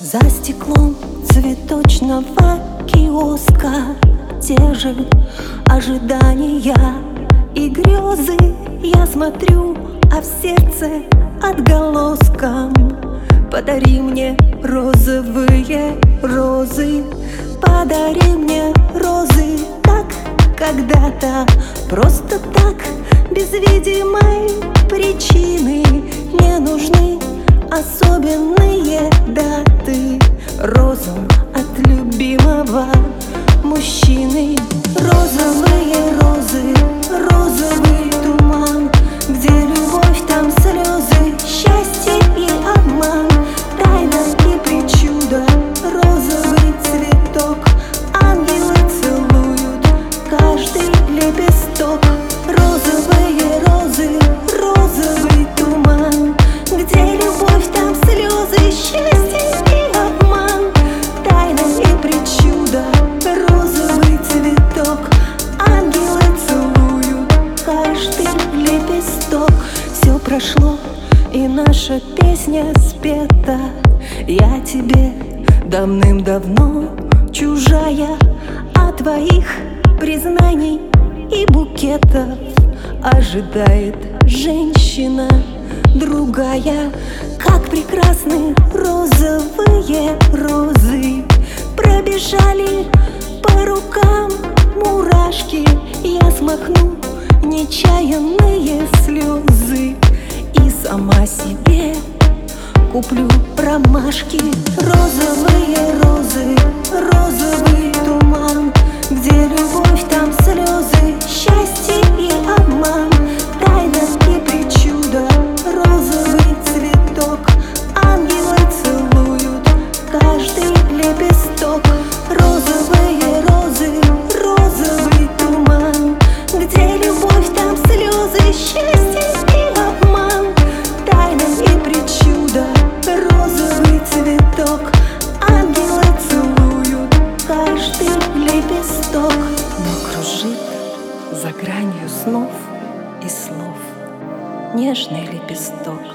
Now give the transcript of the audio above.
За стеклом цветочного киоска те же ожидания и грезы. Я смотрю, а в сердце отголоском: подари мне розовые розы, подари мне розы, как когда-то, просто так, без видимой причины. Не нужны особенные даты розам от любимого мужчины. Розовые розы, розовый туман, где любовь, там слезы, счастье и обман, тайна и причуда. Розовый цветок, ангелы целуют каждый лепесток. Розовые розы, розовый туман, где любовь, там слезы, счастье и обман, тайна и причуда. Розовый цветок, ангелы целуют каждый лепесток. Все прошло, и наша песня спета. Я тебе давным-давно чужая, а твоих признаний и букетов ожидает женщина другая. Как прекрасны розовые розы, пробежали по рукам мурашки. Я смахну нечаянные слезы и сама себе куплю ромашки. Розовые розы, розовый туман, где любовь, там слезы, счастье и обман, тайна и причуда. Розовый цветок, ангелы целуют каждый лепесток. Розовые розы, розовый туман, где любовь, там слезы, счастье и обман, тайна и причуда. Розовый цветок, ангелы целуют каждый лепесток. Но кружит за гранью снов и слов нежный лепесток.